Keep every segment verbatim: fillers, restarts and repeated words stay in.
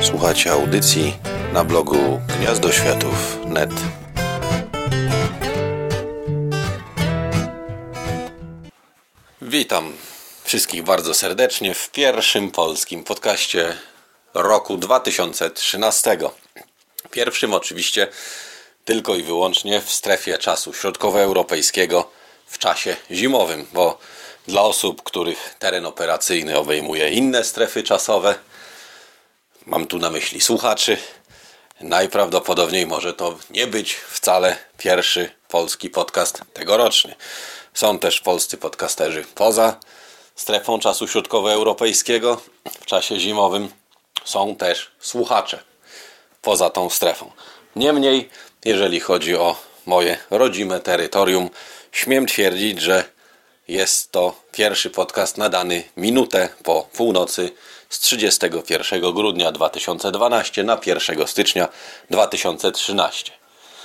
Słuchacie audycji na blogu gniazdoświatów kropka net. Witam wszystkich bardzo serdecznie w pierwszym polskim podcaście roku dwa tysiące trzynastego. Pierwszym oczywiście tylko i wyłącznie w strefie czasu środkowoeuropejskiego w czasie zimowym, bo dla osób, których teren operacyjny obejmuje inne strefy czasowe, mam tu na myśli słuchaczy, najprawdopodobniej może to nie być wcale pierwszy polski podcast tegoroczny. Są też polscy podcasterzy poza strefą czasu środkowoeuropejskiego w czasie zimowym. Są też słuchacze poza tą strefą. Niemniej, jeżeli chodzi o moje rodzime terytorium, śmiem twierdzić, że jest to pierwszy podcast nadany minutę po północy z trzydziestego pierwszego grudnia dwa tysiące dwunastego na pierwszego stycznia dwa tysiące trzynastego.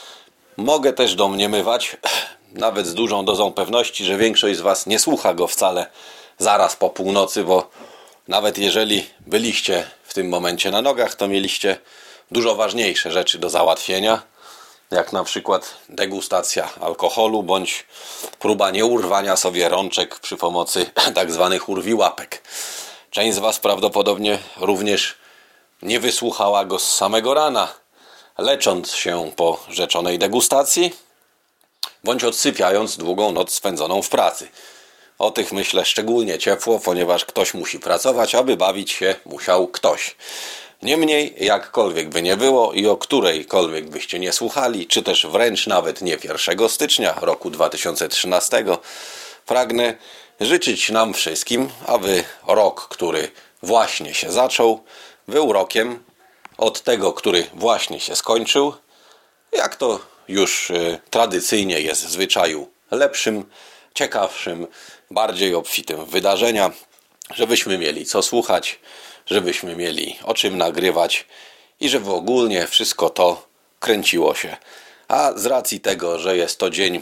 Mogę też domniemywać, nawet z dużą dozą pewności, że większość z Was nie słucha go wcale zaraz po północy, bo nawet jeżeli byliście w tym momencie na nogach, to mieliście dużo ważniejsze rzeczy do załatwienia, jak na przykład degustacja alkoholu bądź próba nieurwania sobie rączek przy pomocy tak zwanych urwiłapek. Część z Was prawdopodobnie również nie wysłuchała go z samego rana, lecząc się po rzeczonej degustacji, bądź odsypiając długą noc spędzoną w pracy. O tych myślę szczególnie ciepło, ponieważ ktoś musi pracować, aby bawić się musiał ktoś. Niemniej, jakkolwiek by nie było i o którejkolwiek byście nie słuchali, czy też wręcz nawet nie pierwszego stycznia roku dwa tysiące trzynastego, pragnę życzyć nam wszystkim, aby rok, który właśnie się zaczął, był rokiem od tego, który właśnie się skończył, jak to już y, tradycyjnie jest w zwyczaju, lepszym, ciekawszym, bardziej obfitym w wydarzenia, żebyśmy mieli co słuchać, żebyśmy mieli o czym nagrywać i żeby ogólnie wszystko to kręciło się. A z racji tego, że jest to dzień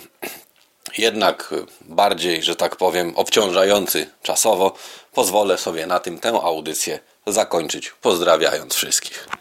jednak bardziej, że tak powiem, obciążający czasowo, pozwolę sobie na tym tę audycję zakończyć, pozdrawiając wszystkich.